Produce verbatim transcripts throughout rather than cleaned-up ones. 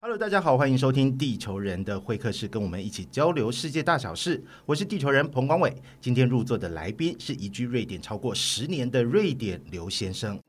Hello， 大家好，欢迎收听地球人的会客室，跟我们一起交流世界大小事。我是地球人彭光伟，今天入座的来宾是移居瑞典超过十年的瑞典刘先生。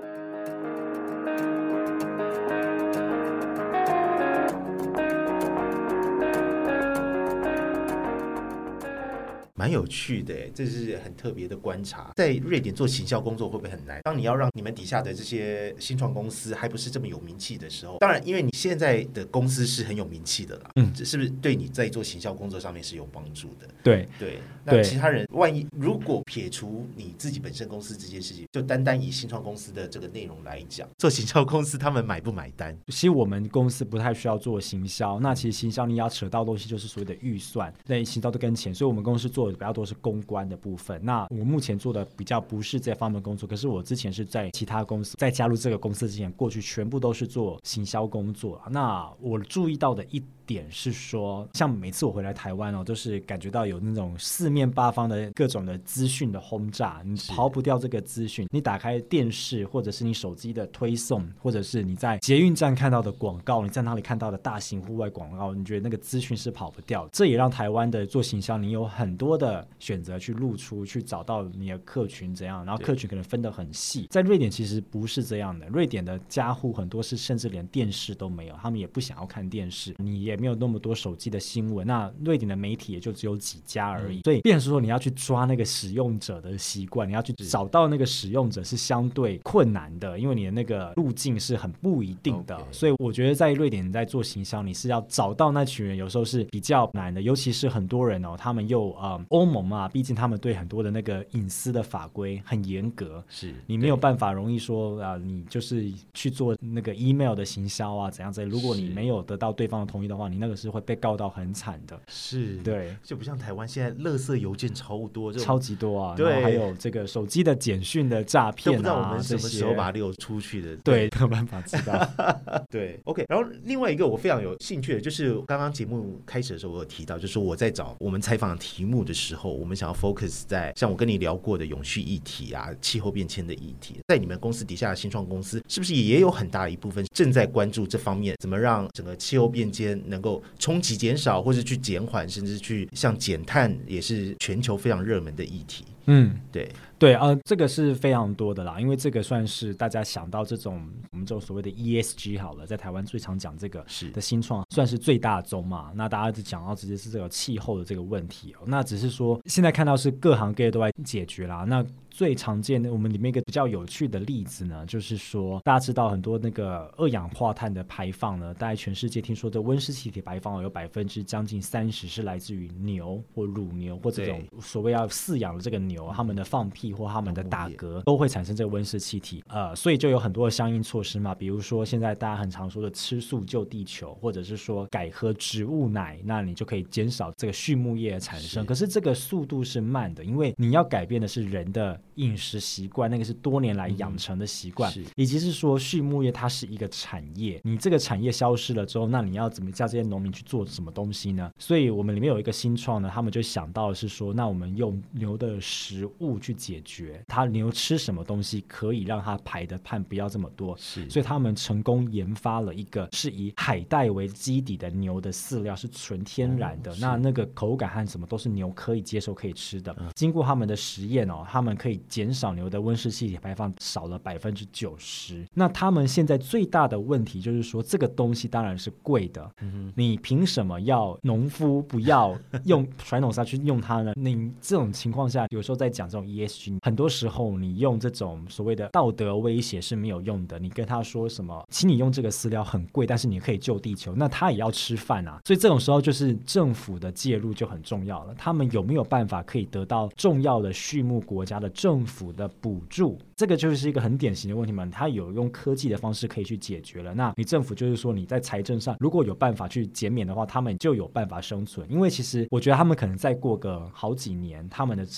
蛮有趣的，这是很特别的观察。在瑞典做行销工作会不会很难？当你要让你们底下的这些新创公司还不是这么有名气的时候，当然因为你现在的公司是很有名气的啦，嗯，是不是对你在做行销工作上面是有帮助的？ 对对，那其他人万一如果撇除你自己本身公司这件事情，就单单以新创公司的这个内容来讲，做行销公司他们买不买单？ 其实我们公司不太需要做行销，那其实行销你要扯到的东西就是所谓的预算，那行销都跟钱，所以我们公司做的比较多是公关的部分。那我目前做的比较不是这方面的工作，可是我之前是在其他公司，在加入这个公司之前，过去全部都是做行销工作。那我注意到的一点是说，像每次我回来台湾哦，都是感觉到有那种四面八方的各种的资讯的轰炸，你逃不掉这个资讯。你打开电视，或者是你手机的推送，或者是你在捷运站看到的广告，你在哪里看到的大型户外广告，你觉得那个资讯是跑不掉。这也让台湾的做行销，你有很多的选择去露出，去找到你的客群怎样，然后客群可能分得很细。在瑞典其实不是这样的，瑞典的家户很多是甚至连电视都没有，他们也不想要看电视，你也没有那么多手机的新闻，那瑞典的媒体也就只有几家而已，嗯、所以变成说你要去抓那个使用者的习惯，你要去找到那个使用者是相对困难的，因为你的那个路径是很不一定的。Okay. 所以我觉得在瑞典在做行销，你是要找到那群人，有时候是比较难的，尤其是很多人哦，他们又呃欧盟嘛，毕竟他们对很多的那个隐私的法规很严格，是你没有办法容易说啊、呃，你就是去做那个 email 的行销啊怎样之类，如果你没有得到对方的同意的话，你那个是会被告到很惨的。 是， 对， 就不像台湾现在垃圾邮件超多， 超级多啊， 对， 然后还有这个手机的简讯的诈骗啊， 都不知道我们什么时候把它流出去的， 对，没有办法知道。 对 ，OK。然后另外一个我非常有兴趣的，就是刚刚节目开始的时候我有提到，就是我在找我们采访题目的时候，我们想要 focus 在像我跟你聊过的永续议题啊、气候变迁的议题，在你们公司底下的新创公司，是不是也有很大的一部分正在关注这方面，怎么让整个气候变迁能够冲击减少，或是去减缓，甚至去像减碳，也是全球非常热门的议题。嗯，对对啊、呃，这个是非常多的啦，因为这个算是大家想到这种我们这种所谓的 E S G 好了，在台湾最常讲这个的新创，算是最大宗嘛。那大家就讲到直接是这个气候的这个问题哦，那只是说现在看到是各行各业都在解决啦。那最常见的我们里面一个比较有趣的例子呢，就是说大家知道很多那个二氧化碳的排放呢，大概全世界听说的温室气体排放有百分之将近三十是来自于牛或乳牛或这种所谓要饲养的这个牛，他们的放屁或他们的打嗝都会产生这个温室气体，呃，所以就有很多的相应措施嘛，比如说现在大家很常说的吃素救地球，或者是说改喝植物奶，那你就可以减少这个畜牧业的产生。可是这个速度是慢的，因为你要改变的是人的饮食习惯，那个是多年来养成的习惯、嗯、以及是说畜牧业它是一个产业，你这个产业消失了之后，那你要怎么叫这些农民去做什么东西呢？所以我们里面有一个新创呢，他们就想到的是说，那我们用牛的食物去解决它牛吃什么东西可以让它排的碳不要这么多，是，所以他们成功研发了一个是以海带为基底的牛的饲料，是纯天然的、哦、那那个口感和什么都是牛可以接受可以吃的、嗯、经过他们的实验哦，他们可以减少牛的温室气体排放少了百分之九十。那他们现在最大的问题就是说，这个东西当然是贵的、嗯、你凭什么要农夫不要用传统沙去用它呢？你这种情况下，有时候在讲这种 E S G， 很多时候你用这种所谓的道德威胁是没有用的。你跟他说什么，请你用这个饲料很贵，但是你可以救地球，那他也要吃饭啊。所以这种时候就是政府的介入就很重要了。他们有没有办法可以得到重要的畜牧国家的政府的补助？这个就是一个很典型的问题嘛，他有用科技的方式可以去解决了。那你政府就是说你在财政上如果有办法去减免的话，他们就有办法生存。因为其实我觉得他们可能再过个好几年，他们的生产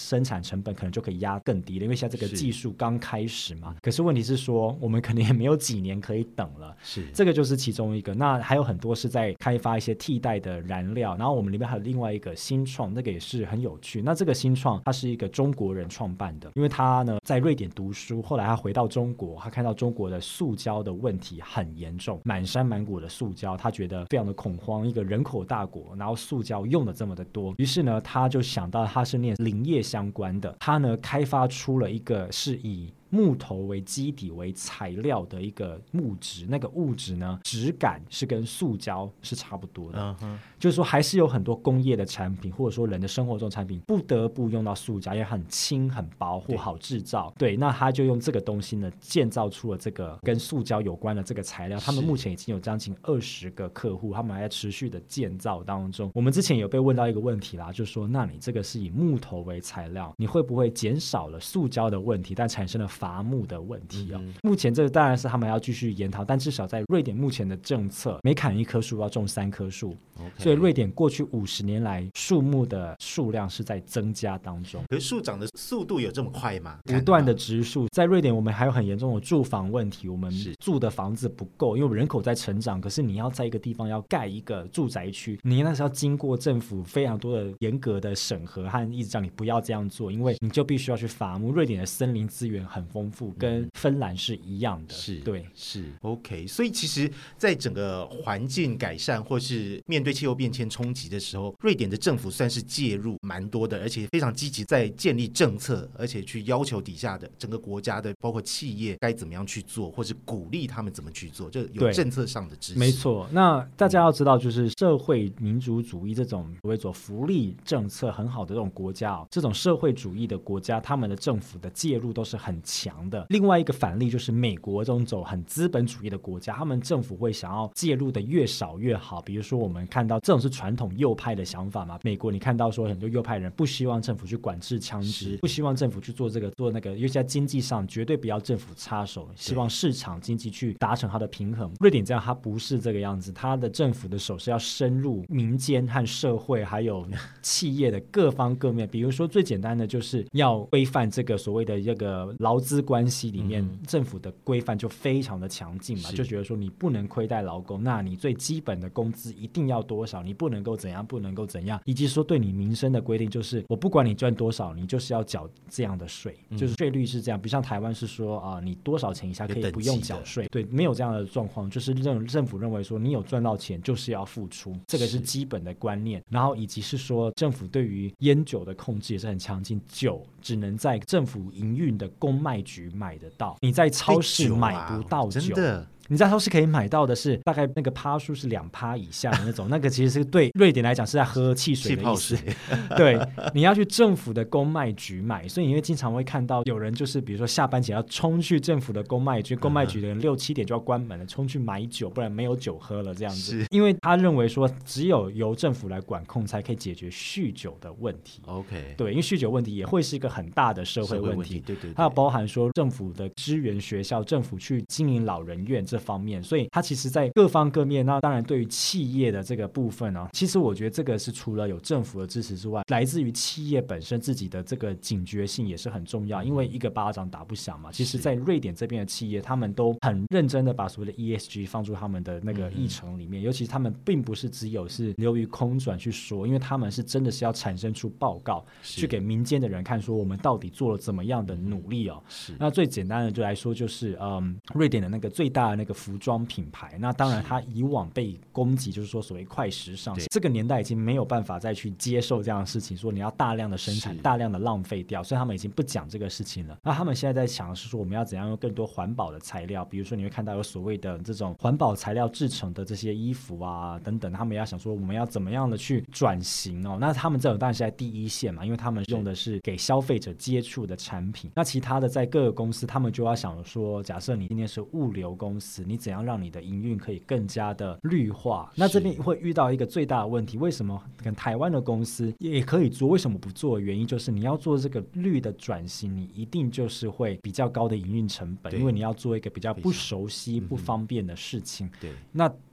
成本可能就可以压更低了，因为现在这个技术刚开始嘛。可是问题是说我们可能也没有几年可以等了， 是这个就是其中一个。那还有很多是在开发一些替代的燃料，然后我们里面还有另外一个新创，那个也是很有趣。那这个新创它是一个中国人创办的，因为他呢在瑞典读书，后来他回到中国，他看到中国的塑胶的问题很严重，满山满谷的塑胶，他觉得非常的恐慌，一个人口大国，然后塑胶用的这么的多，于是呢他就想到他是念林业相关的，他呢开发出了一个是以木头为基底为材料的一个物质，那个物质呢质感是跟塑胶是差不多的、uh-huh. 就是说还是有很多工业的产品或者说人的生活中产品不得不用到塑胶，也很轻很薄或好制造， 对, 对，那他就用这个东西呢建造出了这个跟塑胶有关的这个材料，他们目前已经有将近二十个客户，他们还在持续的建造当中。我们之前有被问到一个问题啦，就是说那你这个是以木头为材料，你会不会减少了塑胶的问题，但产生了伐木的问题、哦嗯、目前这个当然是他们要继续研讨，但至少在瑞典目前的政策，每砍一棵树要种三棵树、okay. 所以瑞典过去五十年来树木的数量是在增加当中。 可是树长的速度有这么快吗？ 不断的植树。在瑞典我们还有很严重的住房问题，我们住的房子不够，因为人口在成长，可是你要在一个地方要盖一个住宅区，你那是要经过政府非常多的严格的审核和一直叫你不要这样做，因为你就必须要去伐木。瑞典的森林资源很丰富，跟芬兰是一样的。 是， 对， 是 OK。 所以其实在整个环境改善或是面对气候变迁冲击的时候，瑞典的政府算是介入蛮多的，而且非常积极在建立政策，而且去要求底下的整个国家的包括企业该怎么样去做，或是鼓励他们怎么去做，就有政策上的支持。 没错，那大家要知道，就是社会民主主义这种所谓做福利政策很好的这种国家、哦、这种社会主义的国家，他们的政府的介入都是很强的。另外一个反例就是美国这种走很资本主义的国家，他们政府会想要介入的越少越好。比如说我们看到这种是传统右派的想法嘛，美国你看到说很多右派人不希望政府去管制枪支，不希望政府去做这个做那个，尤其在经济上绝对不要政府插手，希望市场经济去达成它的平衡。瑞典这样它不是这个样子，它的政府的手是要深入民间和社会还有企业的各方各面。比如说最简单的就是要规范这个所谓的这个劳资关系里面、嗯、政府的规范就非常的强劲嘛，就觉得说你不能亏待劳工，那你最基本的工资一定要多少，你不能够怎样不能够怎样，以及说对你民生的规定就是我不管你赚多少，你就是要缴这样的税、嗯、就是税率是这样，不像台湾是说啊、呃，你多少钱以下可以不用缴税，对，没有这样的状况，就是政府认为说你有赚到钱就是要付出，这个是基本的观念。然后以及是说政府对于烟酒的控制也是很强劲，酒只能在政府营运的公卖局买得到，你在超市买不到酒、啊、真的你在超市可以买到的是大概那个趴数是两趴以下的那种，那个其实是对瑞典来讲是在喝汽水的意思。对，你要去政府的公卖局买，所以你会经常会看到有人就是比如说下班前要冲去政府的公卖局，公卖局的人六七点就要关门了，冲去买酒，不然没有酒喝了这样子。因为他认为说只有由政府来管控才可以解决酗酒的问题。 OK， 对，因为酗酒问题也会是一个很大的社会问题，问题对对对，它包含说政府的支援学校，政府去经营老人院这方面，所以它其实在各方各面。那当然对于企业的这个部分呢、啊，其实我觉得这个是除了有政府的支持之外，来自于企业本身自己的这个警觉性也是很重要，因为一个巴掌打不响嘛。其实在瑞典这边的企业他们都很认真的把所谓的 E S G 放入他们的那个议程里面、嗯、尤其他们并不是只有是流于空转去说，因为他们是真的是要产生出报告去给民间的人看，说我们到底做了怎么样的努力哦。那最简单的就来说就是嗯，瑞典的那个最大的那个服装品牌，那当然它以往被攻击就是说所谓快时尚，这个年代已经没有办法再去接受这样的事情，说你要大量的生产大量的浪费掉，所以他们已经不讲这个事情了。那他们现在在想的是说我们要怎样用更多环保的材料，比如说你会看到有所谓的这种环保材料制成的这些衣服啊等等，他们要想说我们要怎么样的去转型哦。那他们这种当然是在第一线嘛，因为他们用的是给消费者接触的产品。那其他的在各个公司他们就要想说，假设你今天是物流公司，你怎样让你的营运可以更加的绿化，那这边会遇到一个最大的问题，为什么跟台湾的公司也可以做，为什么不做的原因就是你要做这个绿的转型，你一定就是会比较高的营运成本，因为你要做一个比较不熟悉不方便的事情。对，那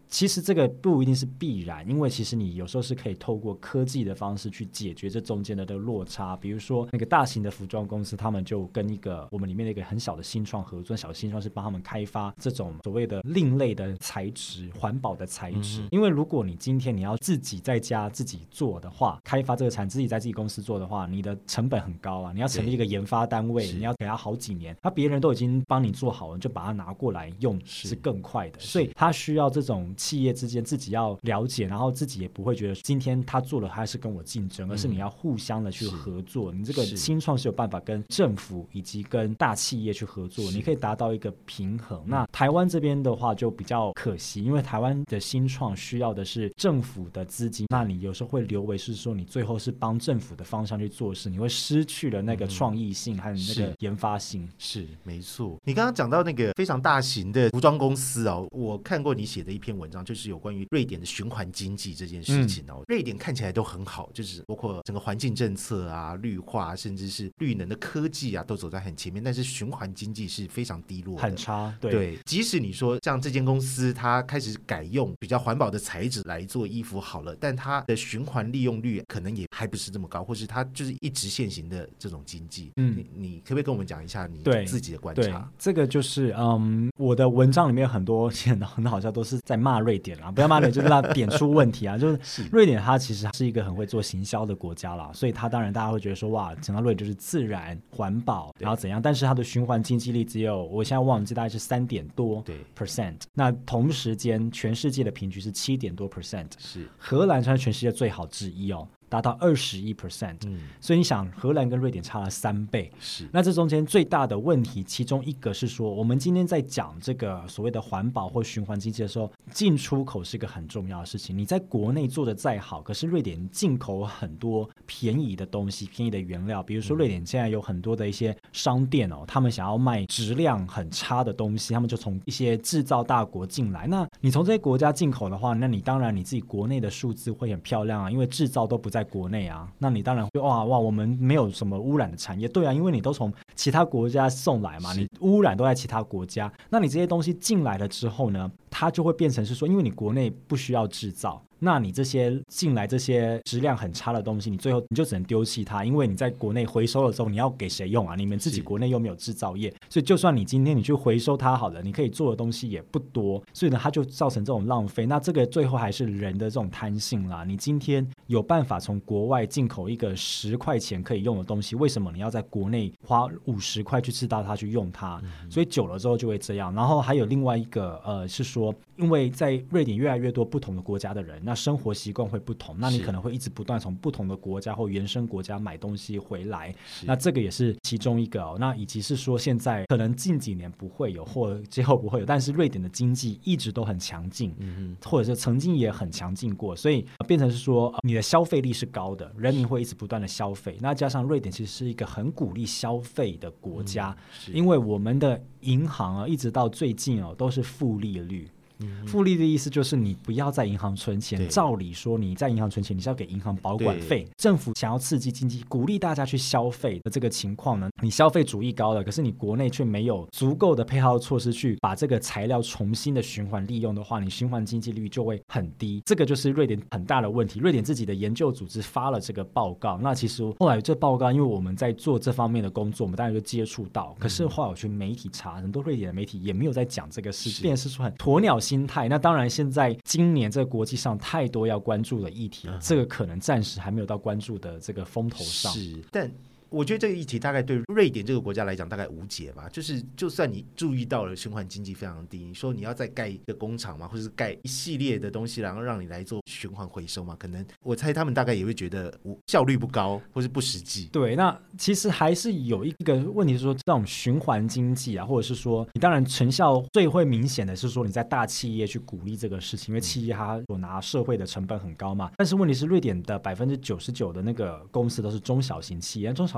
其实这个不一定是必然，因为其实你有时候是可以透过科技的方式去解决这中间的这个落差。比如说那个大型的服装公司，他们就跟一个我们里面的一个很小的新创合作，小的新创是帮他们开发这种所谓的另类的材质，环保的材质、嗯、因为如果你今天你要自己在家自己做的话，开发这个产自己在自己公司做的话，你的成本很高啊，你要成立一个研发单位，你要给他好几年，他别人都已经帮你做好了，就把它拿过来用是更快的，所以他需要这种企业之间自己要了解，然后自己也不会觉得今天他做了他是跟我竞争、嗯、而是你要互相的去合作，你这个新创是有办法跟政府以及跟大企业去合作，你可以达到一个平衡。那台湾这边的话就比较可惜，因为台湾的新创需要的是政府的资金，那你有时候会留为是说你最后是帮政府的方向去做事，你会失去了那个创意性和那个研发性、嗯、 是, 是没错。你刚刚讲到那个非常大型的服装公司哦，我看过你写的一篇文章，就是有关于瑞典的循环经济这件事情哦、嗯、瑞典看起来都很好，就是包括整个环境政策啊、绿化甚至是绿能的科技啊都走在很前面，但是循环经济是非常低落的， 很差。 对, 对，即使你说像这间公司它开始改用比较环保的材质来做衣服好了，但它的循环利用率可能也还不是这么高，或是它就是一直现行的这种经济。嗯，你, 你可不可以跟我们讲一下你自己的观察？ 对，这个就是嗯，我的文章里面很多很好笑，都是在骂瑞典啦，不要骂瑞典，就是他点出问题啊。就是瑞典它其实是一个很会做行销的国家啦，所以它当然大家会觉得说哇，讲到瑞典就是自然环保，然后怎样，但是它的循环经济力只有我现在忘记大概是三点多 percent， 那同时间全世界的平均是七点多 percent， 是荷兰算是全世界最好之一哦，达到二十一 percent， 所以你想荷兰跟瑞典差了三倍。是，那这中间最大的问题其中一个是说，我们今天在讲这个所谓的环保或循环经济的时候，进出口是一个很重要的事情。你在国内做的再好，可是瑞典进口很多便宜的东西，便宜的原料，比如说瑞典现在有很多的一些商店哦，他们想要卖质量很差的东西，他们就从一些制造大国进来。那你从这些国家进口的话，那你当然你自己国内的数字会很漂亮啊，因为制造都不在国内啊，那你当然会哇哇，我们没有什么污染的产业。对啊，因为你都从其他国家送来嘛，你污染都在其他国家，那你这些东西进来了之后呢，它就会变成是说，因为你国内不需要制造，那你这些进来这些质量很差的东西，你最后你就只能丢弃它，因为你在国内回收了之后，你要给谁用啊？你们自己国内又没有制造业，所以就算你今天你去回收它好了，你可以做的东西也不多，所以呢，它就造成这种浪费。那这个最后还是人的这种贪性啦。你今天有办法从国外进口一个十块钱可以用的东西，为什么你要在国内花五十块去制造它去用它？嗯、所以久了之后就会这样。然后还有另外一个呃是说，因为在瑞典越来越多不同的国家的人，那生活习惯会不同，那你可能会一直不断从不同的国家或原生国家买东西回来，那这个也是其中一个、哦、那以及是说现在可能近几年不会有或之后不会有，但是瑞典的经济一直都很强劲、嗯、或者是曾经也很强劲过，所以变成是说你的消费力是高的，人民会一直不断的消费，那加上瑞典其实是一个很鼓励消费的国家、嗯、因为我们的银行啊一直到最近哦都是负利率。复利的意思就是你不要在银行存钱，照理说你在银行存钱你是要给银行保管费，政府想要刺激经济鼓励大家去消费的这个情况呢，你消费主义高了，可是你国内却没有足够的配套措施去把这个材料重新的循环利用的话，你循环经济率就会很低，这个就是瑞典很大的问题。瑞典自己的研究组织发了这个报告，那其实后来这报告因为我们在做这方面的工作，我们当然就接触到，可是后来我去媒体查，很多瑞典的媒体也没有在讲这个事情，变成是说很鸵鸟心态。那当然现在今年这个国际上太多要关注的议题、嗯、这个可能暂时还没有到关注的这个风头上。 是，但我觉得这个议题大概对瑞典这个国家来讲大概无解吧，就是就算你注意到了循环经济非常低，你说你要再盖一个工厂嘛，或者是盖一系列的东西然后让你来做循环回收嘛，可能我猜他们大概也会觉得效率不高或是不实际。 对，那其实还是有一个问题是说，这种循环经济啊，或者是说你当然成效最会明显的是说你在大企业去鼓励这个事情，因为企业它所拿社会的成本很高嘛，但是问题是瑞典的百分之九十九的那个公司都是中小型企业，中小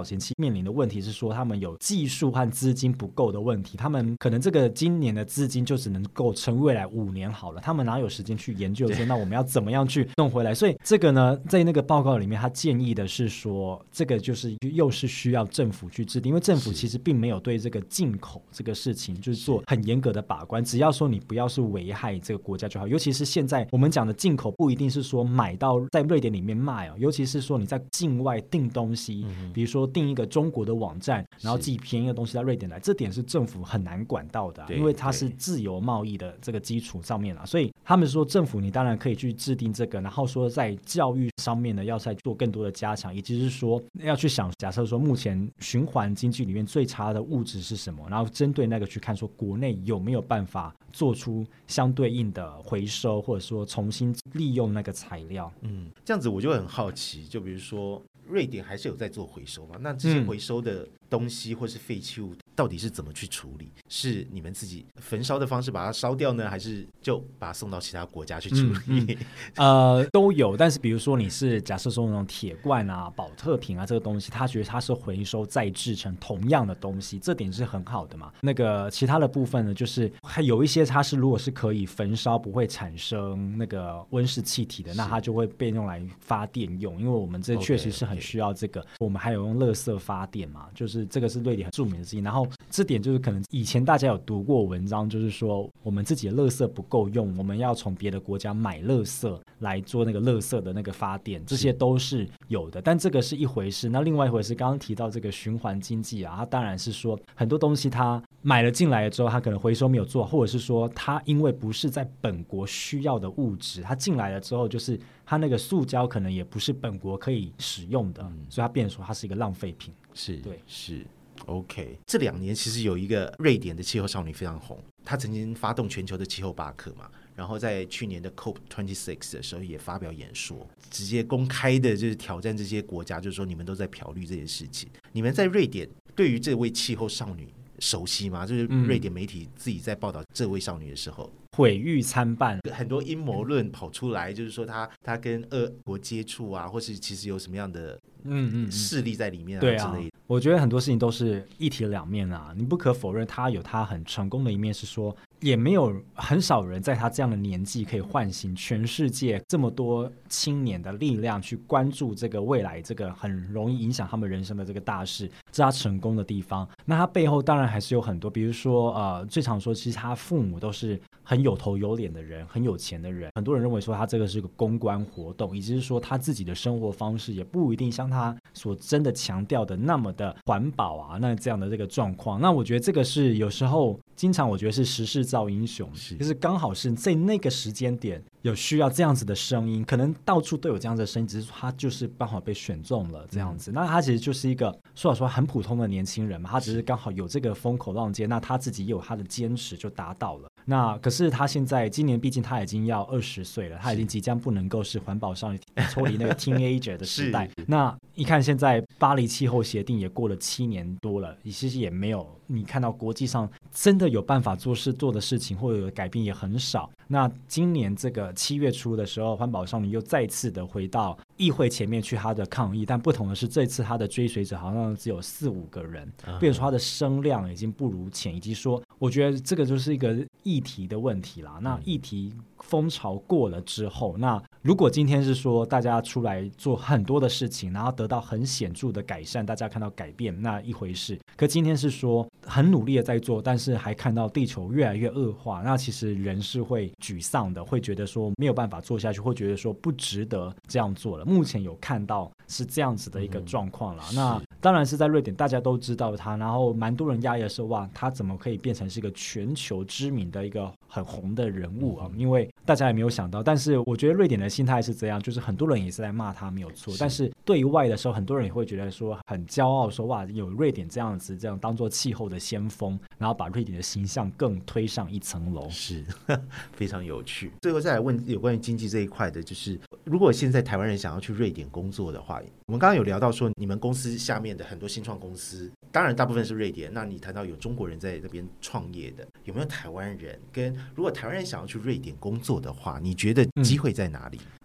型企业面临的问题是说他们有技术和资金不够的问题，他们可能这个今年的资金就只能够撑未来五年好了，他们哪有时间去研究说那我们要怎么样去弄回来。所以这个呢在那个报告里面他建议的是说这个就是又是需要政府去制定，因为政府其实并没有对这个进口这个事情就是做很严格的把关，只要说你不要是危害这个国家就好。尤其是现在我们讲的进口不一定是说买到在瑞典里面卖哦，尤其是说你在境外订东西、嗯、比如说订一个中国的网站然后寄便宜的东西到瑞典来，这点是政府很难管到的、啊、因为它是自由贸易的这个基础上面啊，所以他们说政府你当然可以去制定这个，然后说在教育上面呢要再做更多的加强，以及是说要去想假设说目前循环经济里面最差的物质是什么，然后针对那个去看说国内有没有办法做出相对应的回收或者说重新利用那个材料。 嗯，这样子我就很好奇，就比如说瑞典还是有在做回收嘛？那这些回收的东西或是废弃物到底是怎么去处理？是你们自己焚烧的方式把它烧掉呢，还是就把它送到其他国家去处理？嗯嗯、 呃，都有。但是比如说你是假设说那种铁罐啊、保特瓶啊这个东西，他觉得它是回收再制成同样的东西，这点是很好的嘛。那个其他的部分呢，就是还有一些它是如果是可以焚烧不会产生那个温室气体的，那它就会被用来发电用，因为我们这确实是很需要这个。Okay, okay. 我们还有用垃圾发电嘛，就是这个是瑞典很著名的事情。然后这点就是可能以前大家有读过文章，就是说我们自己的垃圾不够用，我们要从别的国家买垃圾来做那个垃圾的那个发电，这些都是有的。但这个是一回事，那另外一回事刚刚提到这个循环经济啊，它当然是说很多东西它买了进来之后它可能回收没有做，或者是说它因为不是在本国需要的物质，它进来了之后就是它那个塑胶可能也不是本国可以使用的、嗯、所以它变成说它是一个浪费品。 是， 对， 是 OK。 这两年其实有一个瑞典的气候少女非常红，她曾经发动全球的气候罢课嘛，然后在去年的 C O P 二十六 的时候也发表演说，直接公开的就是挑战这些国家，就是说你们都在漂绿这件事情。你们在瑞典对于这位气候少女熟悉吗？就是瑞典媒体自己在报道这位少女的时候、嗯、 毁誉参半， 很多阴谋论跑出来，就是说她她跟俄国接触啊，或是其实有什么样的嗯嗯势力在里面啊之类的。对啊， 我觉得很多事情都是一体两面啊，你不可否认他有他很成功的一面，是说也没有很少人在他这样的年纪可以唤醒全世界这么多青年的力量去关注这个未来这个很容易影响他们人生的这个大事，这是他成功的地方。那他背后当然还是有很多，比如说呃，最常说其实他父母都是很有头有脸的人，很有钱的人，很多人认为说他这个是个公关活动，以及是说他自己的生活方式也不一定像他所真的强调的那么的环保啊，那这样的这个状况。那我觉得这个是有时候经常我觉得是时势造英雄，是就是刚好是在那个时间点有需要这样子的声音，可能到处都有这样子的声音，只是他就是刚好被选中了这样子、嗯、那他其实就是一个说老实话很普通的年轻人嘛，他只是刚好有这个风口浪尖，那他自己也有他的坚持就达到了。那可是他现在今年毕竟他已经要二十岁了，他已经即将不能够是环保少女脱离那个 teenager 的时代那一看现在巴黎气候协定也过了七年多了，其实也没有你看到国际上真的有办法做事做的事情或者有改变也很少。那今年这个七月初的时候，环保少女又再次的回到议会前面去他的抗议，但不同的是这次他的追随者好像只有四五个人，变成说他的声量已经不如前，以及说我觉得这个就是一个议题的问题啦。那议题风潮过了之后，那如果今天是说大家出来做很多的事情，然后得到很显著的改善，大家看到改变那一回事，可今天是说很努力的在做，但是还看到地球越来越恶化，那其实人是会沮丧的，会觉得说没有办法做下去，会觉得说不值得这样做了。目前有看到是这样子的一个状况啦、嗯、那当然是在瑞典大家都知道他，然后蛮多人讶异的是哇，他怎么可以变成是一个全球知名的一个很红的人物啊、嗯、因为大家也没有想到。但是我觉得瑞典的心态是这样，就是很多人也是在骂他没有错，但是对外的时候很多人也会觉得说很骄傲，说哇有瑞典这样子这样当做气候的先锋，然后把瑞典的形象更推上一层楼， 是非常有趣。最后再来问有关于经济这一块的，就是如果现在台湾人想要去瑞典工作的话，我们刚刚有聊到说你们公司下面的很多新创公司当然大部分是瑞典，那你谈到有中国人在这边创业的，有没有台湾人？跟如果台湾人想要去瑞典工作的话，你觉得机会在哪里？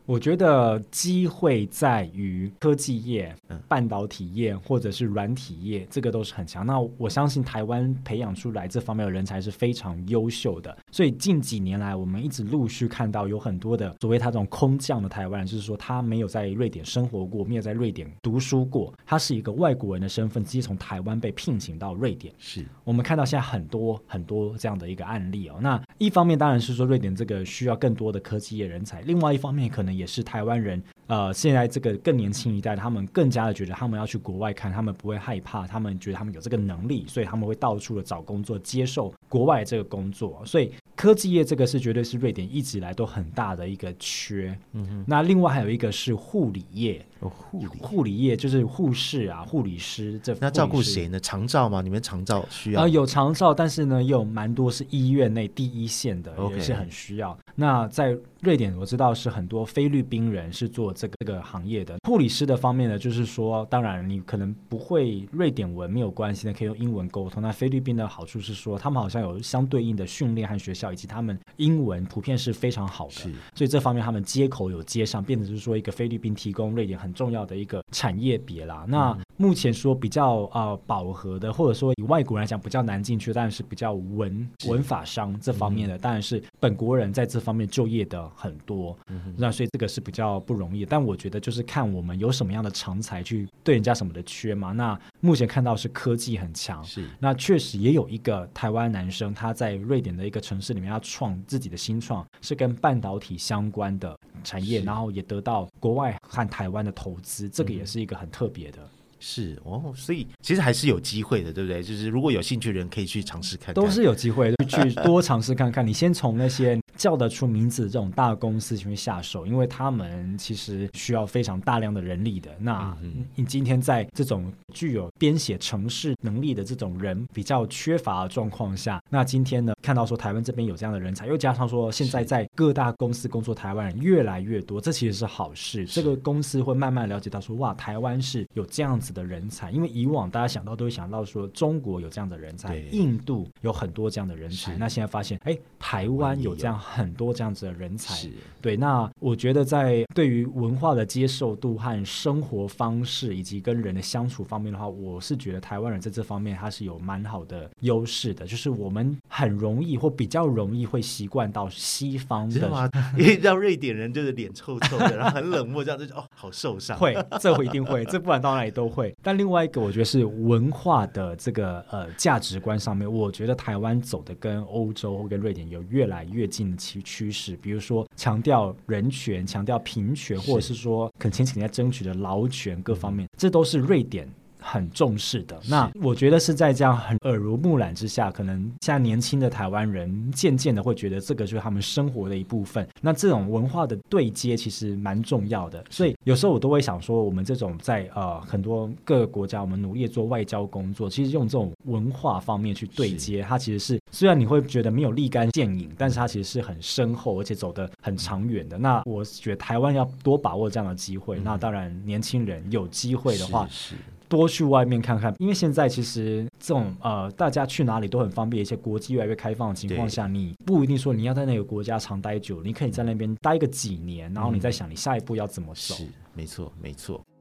我觉得机会在于科技业、半导体业或者是软体业，这个都是很强。那我相信台湾培养出来这方面的人才是非常优秀的，所以近几年来我们一直陆续看到有很多的所谓他这种空降的台湾人，就是说他没有在瑞典生活过，没有在瑞典读书过，他是一个外国人的身份，直接从台湾被聘请到瑞典。 是我们看到现在很多很多这样的一个案例哦。那一方面当然是说瑞典这个需要更多的科技业人才，另外一方面可能也是台湾人呃，现在这个更年轻一代，他们更加的觉得他们要去国外看，他们不会害怕，他们觉得他们有这个能力，所以他们会到处的找工作，接受国外这个工作。所以科技业这个是绝对是瑞典一直以来都很大的一个缺。嗯哼。那另外还有一个是护理业。 哦，护理护理业就是护士啊、护理师。这那照顾谁呢？长照吗？你们长照需要？ 呃，有长照，但是呢，也有蛮多是医院内第一线的， Okay. 也是很需要。那在瑞典，我知道是很多菲律宾人是做这个这个行业的。护理师的方面呢，就是说，当然你可能不会瑞典文没有关系的，可以用英文沟通。那菲律宾的好处是说，他们好像有相对应的训练和学校，以及他们英文普遍是非常好的，所以这方面他们接口有接上，变成是说一个菲律宾提供瑞典很重要的一个产业别啦。那目前说比较呃饱和的，或者说以外国人来讲比较难进去，但是比较文文法商这方面的，当然是本国人在这方面就业的很多，嗯、那所以这个是比较不容易。但我觉得就是看我们有什么样的长才去对人家什么的缺嘛。那目前看到是科技很强，是那确实也有一个台湾男生他在瑞典的一个城市里面要创自己的新创，是跟半导体相关的产业，然后也得到国外和台湾的投资，这个也是一个很特别的。 是哦，所以其实还是有机会的，对不对？就是如果有兴趣的人可以去尝试看看， 都是有机会的，去多尝试看看。你先从那些叫得出名字的这种大公司去下手，因为他们其实需要非常大量的人力的。那你今天在这种具有编写程式能力的这种人比较缺乏的状况下，那今天呢看到说台湾这边有这样的人才，又加上说现在在各大公司工作台湾人越来越多，这其实是好事。这个公司会慢慢了解到说，哇，台湾是有这样子的人才，因为以往大家想到都会想到说中国有这样的人才，印度有很多这样的人才，那现在发现哎，台湾有这样很多这样子的人才。对，那我觉得在对于文化的接受度和生活方式以及跟人的相处方面的话，我是觉得台湾人在这方面他是有蛮好的优势的，就是我们很容易或比较容易会习惯到西方的，知道吗？因为让瑞典人就是脸臭臭的，然后很冷漠，这样就哦，好受伤。 会，这会一定会，这不管到哪里都会。但另外一个，我觉得是文化的这个呃价值观上面，我觉得台湾走的跟欧洲或跟瑞典有越来越近的趋趋势。比如说强调人权、强调平权，或者是说可能前几年在争取的劳权各方面，这都是瑞典很重视的。那我觉得是在这样很耳濡目染之下，可能现在年轻的台湾人渐渐的会觉得这个就是他们生活的一部分。那这种文化的对接其实蛮重要的，所以有时候我都会想说，我们这种在呃很多各个国家，我们努力做外交工作，其实用这种文化方面去对接，它其实是虽然你会觉得没有立竿见影，但是它其实是很深厚而且走得很长远的。那我觉得台湾要多把握这样的机会。嗯、那当然年轻人有机会的话，是是多去外面看看，因为现在其实这种呃，大家去哪里都很方便，而且国际越来越开放的情况下，你不一定说你要在那个国家长待久，你可以在那边待个几年，然后你再想你下一步要怎么走。 是，没错，没错。